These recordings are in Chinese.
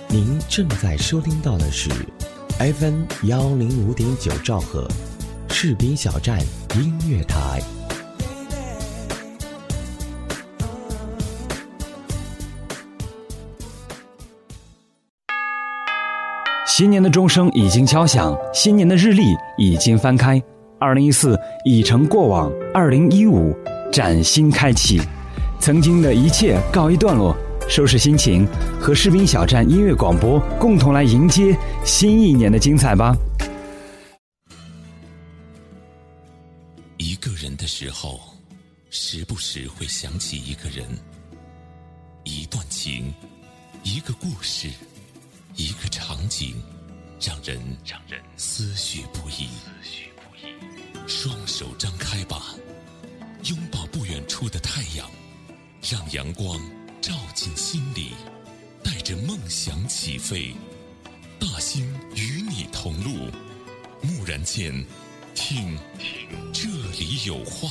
您正在收听到的是 FM 105.9兆赫士兵小站音乐台。 新年的钟声已经敲响，新年的日历已经翻开，2014已成过往，2015崭新开启。曾经的一切告一段落，收拾心情，和士兵小站音乐广播共同来迎接新一年的精彩吧。 一个人的时候，时不时会想起一个人，一段情，一个故事，一个场景，让人思绪不已。双手张开吧，拥抱不远处的太阳，让阳光照进心里，带着梦想起飞。大兴与你同路，蓦然间，听这里有话。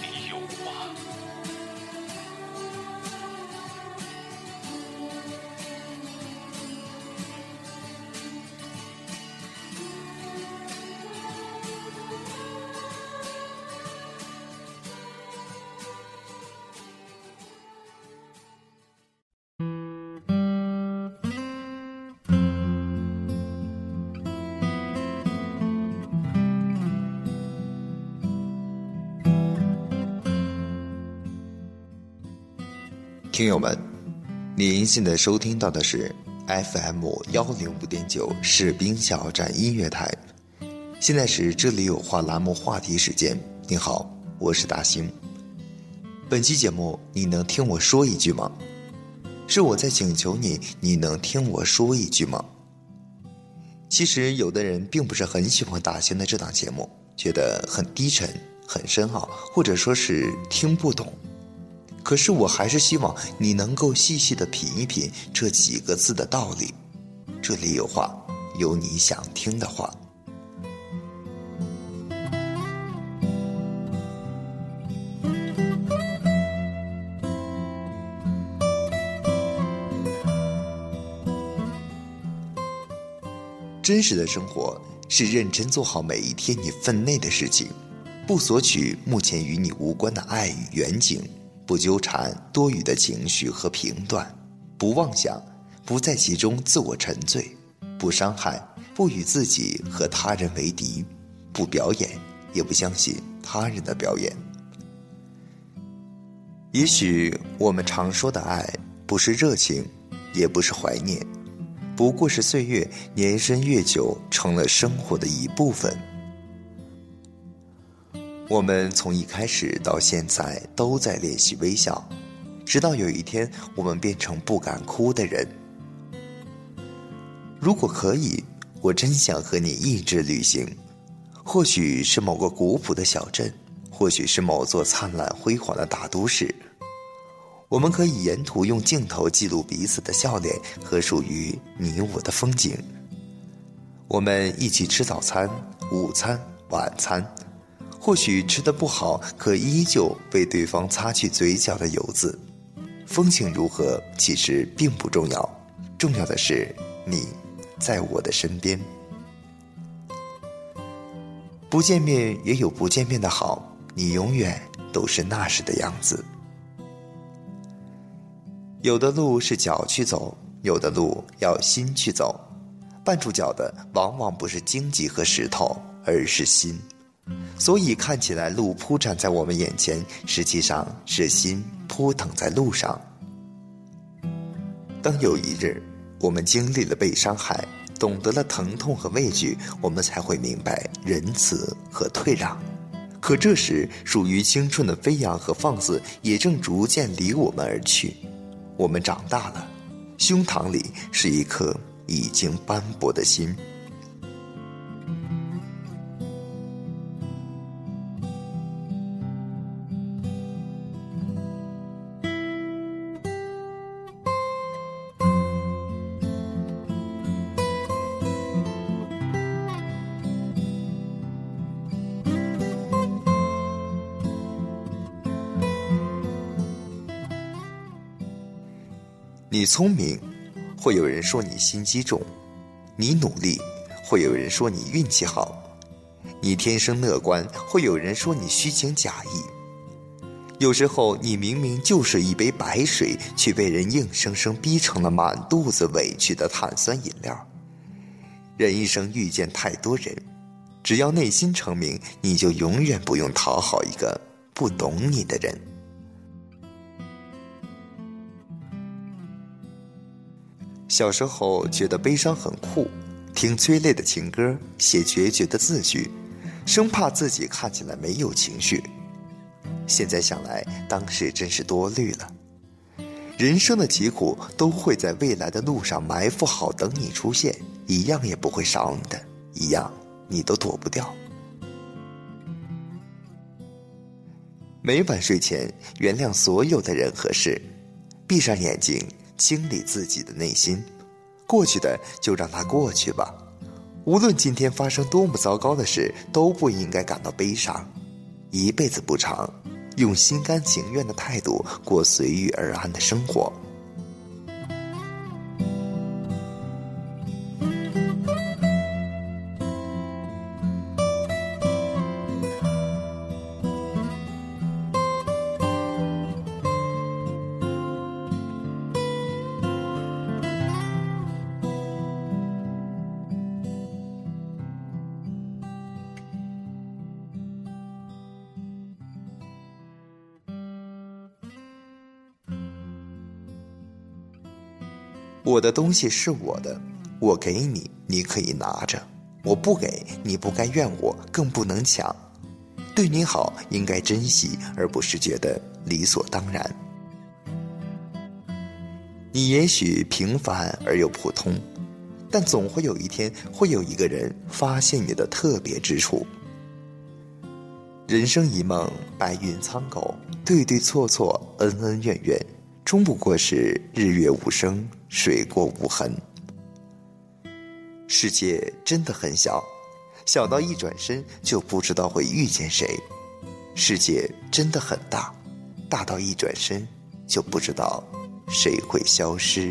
听友们，您现在收听到的是 FM 105.9士兵小站音乐台。现在是这里有话栏目话题时间。您好，我是大兴。本期节目，你能听我说一句吗？是我在请求你，你能听我说一句吗？其实有的人并不是很喜欢大兴的这档节目，觉得很低沉、很深奥，或者说是听不懂。可是我还是希望你能够细细地品一品这几个字的道理。这里有话，有你想听的话。真实的生活是认真做好每一天你分内的事情，不索取目前与你无关的爱与远景，不纠缠多余的情绪和评断，不妄想，不在其中自我沉醉，不伤害，不与自己和他人为敌，不表演，也不相信他人的表演。也许我们常说的爱，不是热情，也不是怀念，不过是岁月年深月久，成了生活的一部分。我们从一开始到现在都在练习微笑，直到有一天我们变成不敢哭的人。如果可以，我真想和你一直旅行，或许是某个古朴的小镇，或许是某座灿烂辉煌的大都市。我们可以沿途用镜头记录彼此的笑脸和属于你我的风景。我们一起吃早餐、午餐、晚餐，或许吃得不好，可依旧为对方擦去嘴角的油渍。风景如何其实并不重要，重要的是你在我的身边。不见面也有不见面的好，你永远都是那时的样子。有的路是脚去走，有的路要心去走，绊住脚的往往不是荆棘和石头，而是心。所以看起来路铺展在我们眼前，实际上是心扑腾在路上。当有一日我们经历了被伤害，懂得了疼痛和畏惧，我们才会明白仁慈和退让。可这时属于青春的飞扬和放肆也正逐渐离我们而去。我们长大了，胸膛里是一颗已经斑驳的心。你聪明， 会有人说你心机重；你努力，会有人说你运气好；你天生乐观，会有人说你虚情假意。有时候你明明就是一杯白水，却被人硬生生逼成了满肚子委屈的碳酸饮料。人一生遇见太多人，只要内心澄明，你就永远不用讨好一个不懂你的人。小时候觉得悲伤很酷，听催泪的情歌，写决绝的字句，生怕自己看起来没有情绪。现在想来，当时真是多虑了。人生的疾苦都会在未来的路上埋伏好，等你出现，一样也不会少你的，一样你都躲不掉。每晚睡前，原谅所有的人和事，闭上眼睛，清理自己的内心。过去的就让它过去吧，无论今天发生多么糟糕的事，都不应该感到悲伤。一辈子不长，用心甘情愿的态度过随遇而安的生活。我的东西是我的，我给你，你可以拿着；我不给，你不该怨我，更不能抢。对你好，应该珍惜，而不是觉得理所当然。你也许平凡而又普通，但总会有一天，会有一个人发现你的特别之处。人生一梦，白云苍狗，对对错错，恩恩怨怨，终不过是日月无声，水过无痕。世界真的很小，小到一转身就不知道会遇见谁；世界真的很大，大到一转身就不知道谁会消失。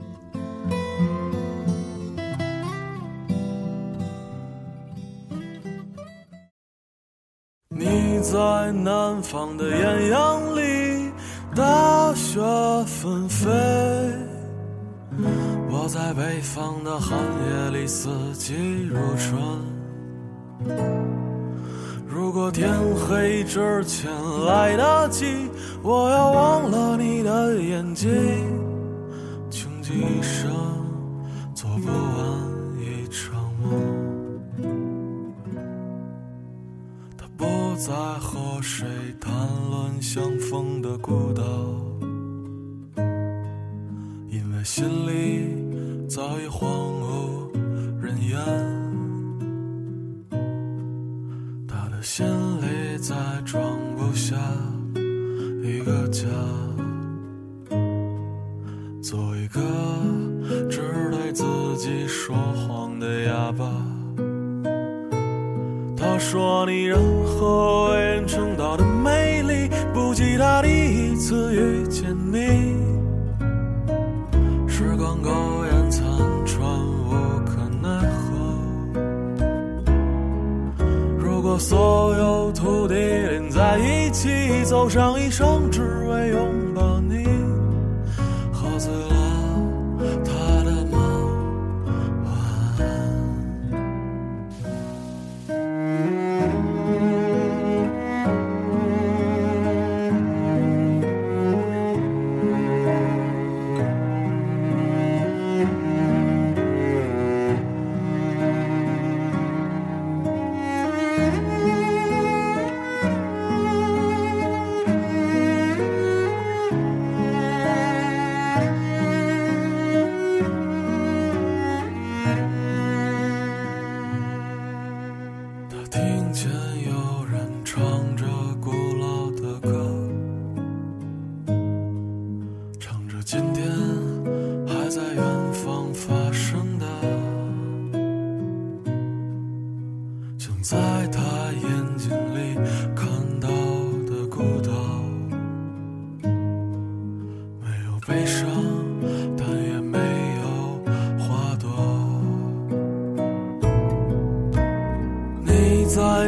你在南方的艳阳里，大雪纷飞，我在北方的寒夜里，四季如春。如果天黑之前来得及，我要忘了你的眼睛，穷极一生做不完一场梦。他不再和谁谈论相逢的孤岛，因为心里早已荒无人烟。他的心里再装不下一个家，做一个只对自己说谎的哑巴。他说你任何为人称道的美丽，不及他第一次遇见你。时光苟延残喘，无可奈何。如果所有土地连在一起，走上一生只为拥抱你，喝醉了他的梦，晚安。听见有人唱着古老的歌，唱着今天还在远方发生的，像在他眼睛里看到的孤岛。没有悲伤，但也没有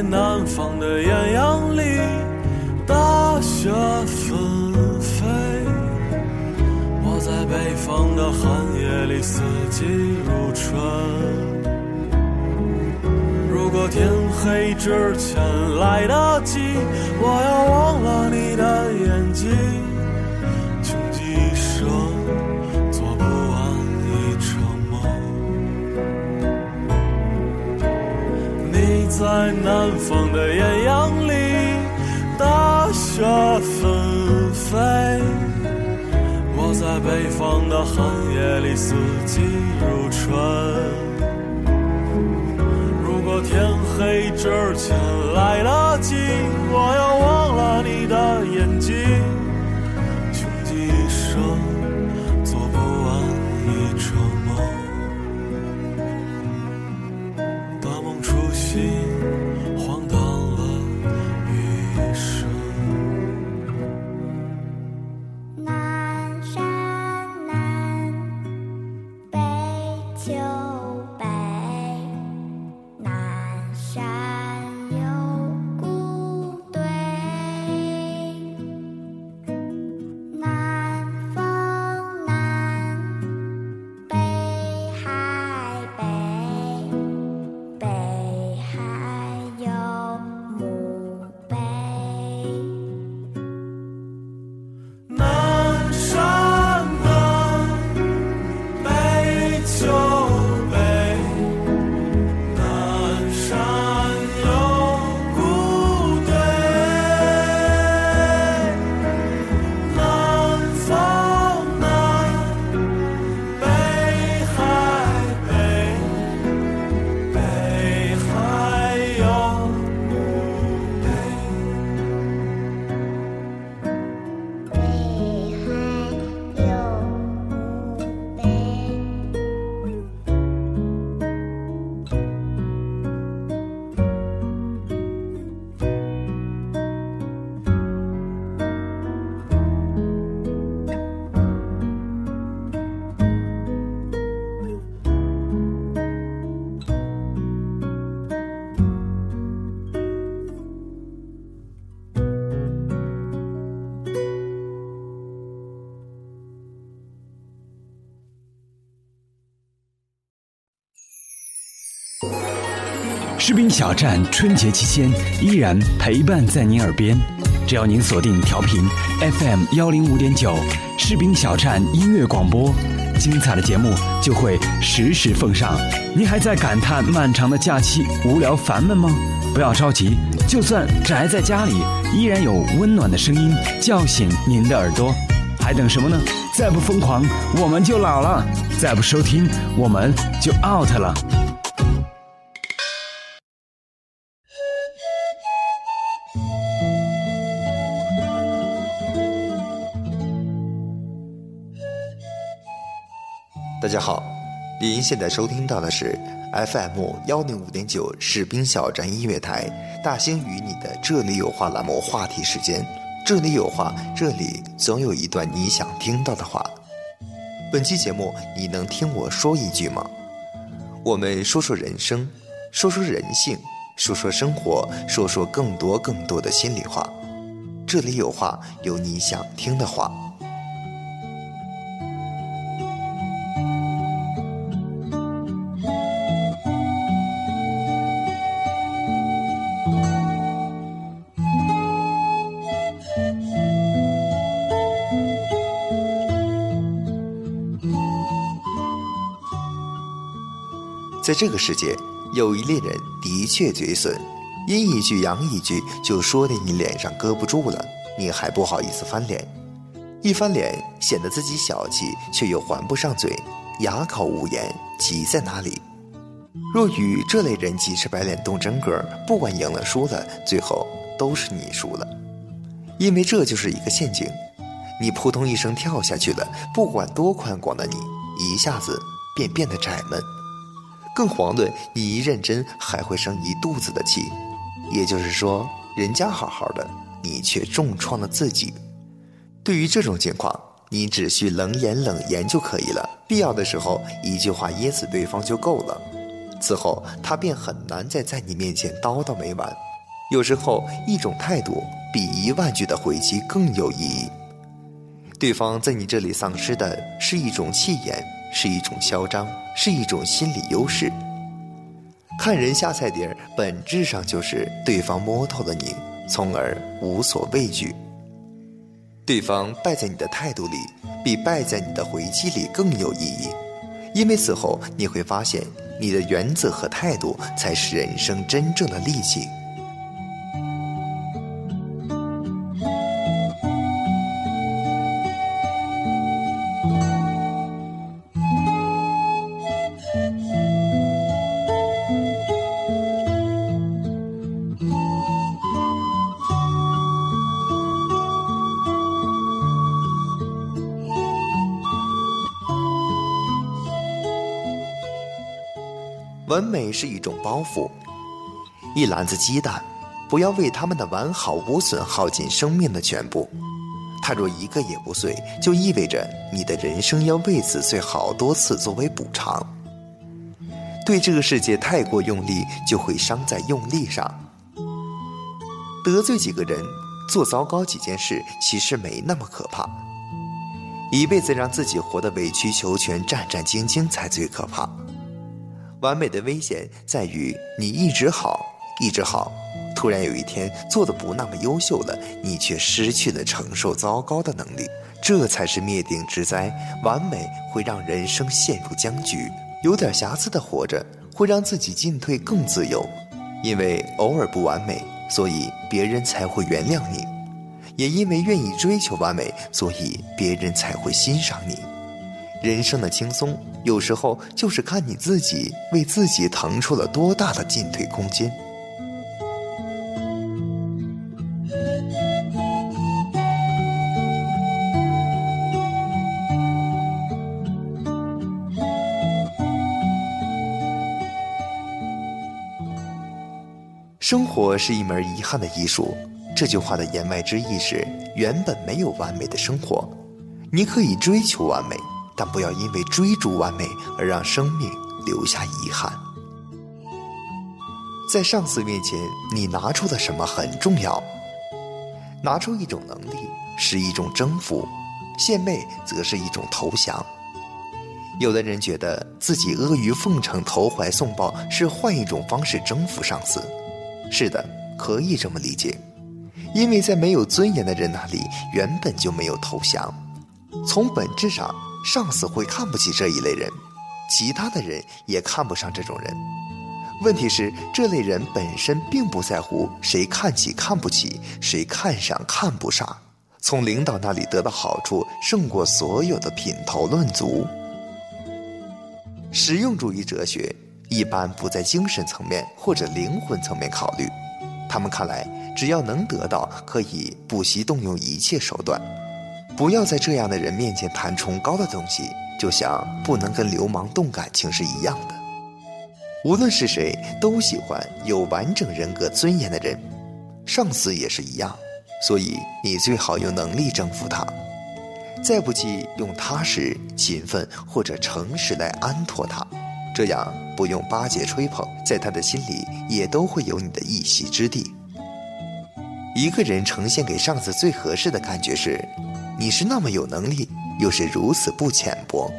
南方的艳阳里，大雪纷飞，我在北方的寒夜里，四季如春。如果天黑之前来得及，我要忘了你的眼睛，穷极一生做不完一场梦。你在南方的艳阳里，大雪纷飞，我在北方的寒夜里，四季如春。如果天黑之前来得及，我要忘了你的眼睛，穷极一生做不完一场梦，大梦初醒，荒唐了余生。 南山南，北秋北，南山有古堆，南风南，北海北，北海有墓碑。 南山南，北秋北，南山有古堆，南风南，北海北，北海有墓碑。 北海有墓碑。 士兵小站春节期间依然陪伴在您耳边，只要您锁定调频 FM105.9，士兵小站音乐广播，精彩的节目就会实时奉上。您还在感叹漫长的假期无聊烦闷吗？不要着急，就算宅在家里，依然有温暖的声音叫醒您的耳朵。还等什么呢？再不疯狂，我们就老了；再不收听，我们就 out 了。 大家好，您现在收听到的是 FM105.9士兵小站音乐台，大兴与你的这里有话栏目话题时间。这里有话，这里总有一段你想听到的话。本期节目，你能听我说一句吗？我们说说人生，说说人性，说说生活，说说更多的心里话。这里有话，有你想听的话。在这个世界，有一类人的确嘴损，阴一句阳一句，就说得你脸上搁不住了，你还不好意思翻脸。一翻脸，显得自己小气，却又还不上嘴，哑口无言，急在哪里？若与这类人急赤白脸动真格，不管赢了输了，最后都是你输了。因为这就是一个陷阱，你扑通一声跳下去了，不管多宽广的你，一下子便变得窄门。更遑论你一认真还会生一肚子的气，也就是说，人家好好的，你却重创了自己。对于这种情况，你只需冷言就可以了，必要的时候一句话噎死对方就够了。此后他便很难再在你面前叨叨没完， 有时候一种态度比10000句的回击更有意义。对方在你这里丧失的是一种气焰，是一种嚣张，是一种心理优势。看人下菜碟本质上就是对方摸透了你，从而无所畏惧。对方败在你的态度里，比败在你的回击里更有意义，因为此后你会发现，你的原则和态度才是人生真正的利器。完美是一种包袱，一篮子鸡蛋，不要为他们的完好无损耗尽生命的全部。它若一个也不碎，就意味着你的人生要为此碎好多次作为补偿。对这个世界太过用力，就会伤在用力上。得罪几个人，做糟糕几件事，其实没那么可怕。一辈子让自己活得委曲求全、战战兢兢才最可怕。完美的危险在于你一直好，突然有一天做得不那么优秀了，你却失去了承受糟糕的能力，这才是灭顶之灾。完美会让人生陷入僵局，有点瑕疵的活着会让自己进退更自由，因为偶尔不完美，所以别人才会原谅你，也因为愿意追求完美，所以别人才会欣赏你。人生的轻松，有时候就是看你自己为自己腾出了多大的进退空间。生活是一门遗憾的艺术，这句话的言外之意是，原本没有完美的生活，你可以追求完美，但不要因为追逐完美而让生命留下遗憾。在上司面前，你拿出的什么很重要。拿出一种能力是一种征服，献媚则是一种投降。有的人觉得自己阿谀奉承、投怀送抱是换一种方式征服上司。是的，可以这么理解，因为在没有尊严的人那里原本就没有投降。从本质上，上司会看不起这一类人，其他的人也看不上这种人。问题是，这类人本身并不在乎谁看起看不起，谁看上看不上，从领导那里得到好处胜过所有的品头论足。实用主义哲学一般不在精神层面或者灵魂层面考虑，他们看来只要能得到，可以不惜动用一切手段。不要在这样的人面前谈崇高的东西，就像不能跟流氓动感情是一样的。无论是谁，都喜欢有完整人格尊严的人，上司也是一样，所以你最好有能力征服他，再不济用踏实、勤奋或者诚实来安托他，这样不用巴结吹捧，在他的心里也都会有你的一席之地。一个人呈现给上司最合适的感觉是，你是那么有能力，又是如此不浅薄。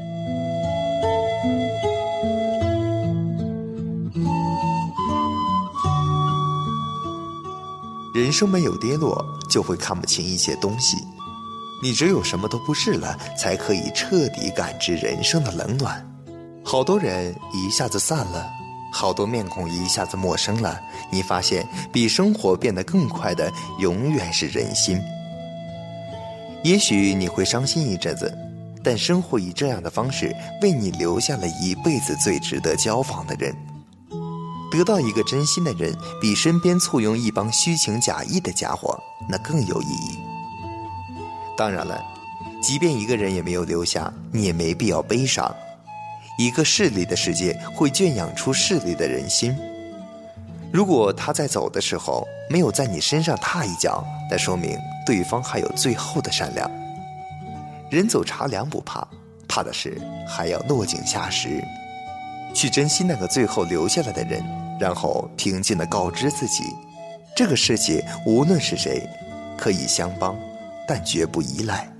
人生没有跌落，就会看不清一些东西。你只有什么都不是了，才可以彻底感知人生的冷暖。好多人一下子散了，好多面孔一下子陌生了，你发现比生活变得更快的永远是人心。也许你会伤心一阵子，但生活以这样的方式为你留下了一辈子最值得交往的人。得到一个真心的人，比身边簇拥一帮虚情假意的家伙那更有意义。当然了，即便一个人也没有留下，你也没必要悲伤。一个势利的世界会圈养出势利的人心。如果他在走的时候没有在你身上踏一脚，那说明对方还有最后的善良。人走茶凉不怕，怕的是还要落井下石。去珍惜那个最后留下来的人，然后平静地告知自己， 这个世界无论是谁，可以相帮，但绝不依赖。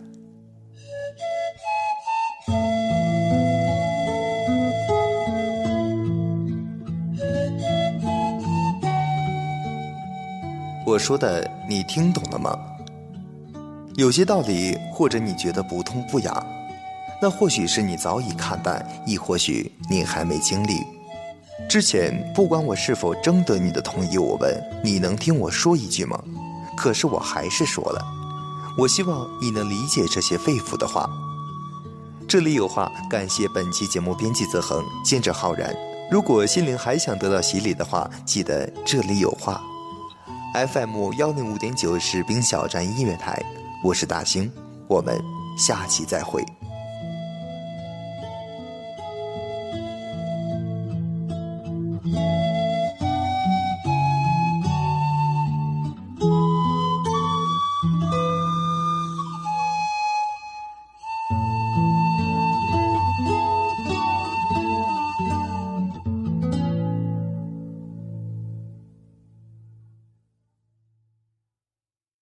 我说的你听懂了吗？有些道理或者你觉得不痛不痒，那或许是你早已看淡，亦或许你还没经历。之前不管我是否征得你的同意，我问你能听我说一句吗？可是我还是说了。我希望你能理解这些肺腑的话。这里有话，感谢本期节目编辑泽恒，监制浩然。如果心灵还想得到洗礼的话，记得这里有话。FM 105.9士兵小站音乐台，我是大兴，我们下期再会。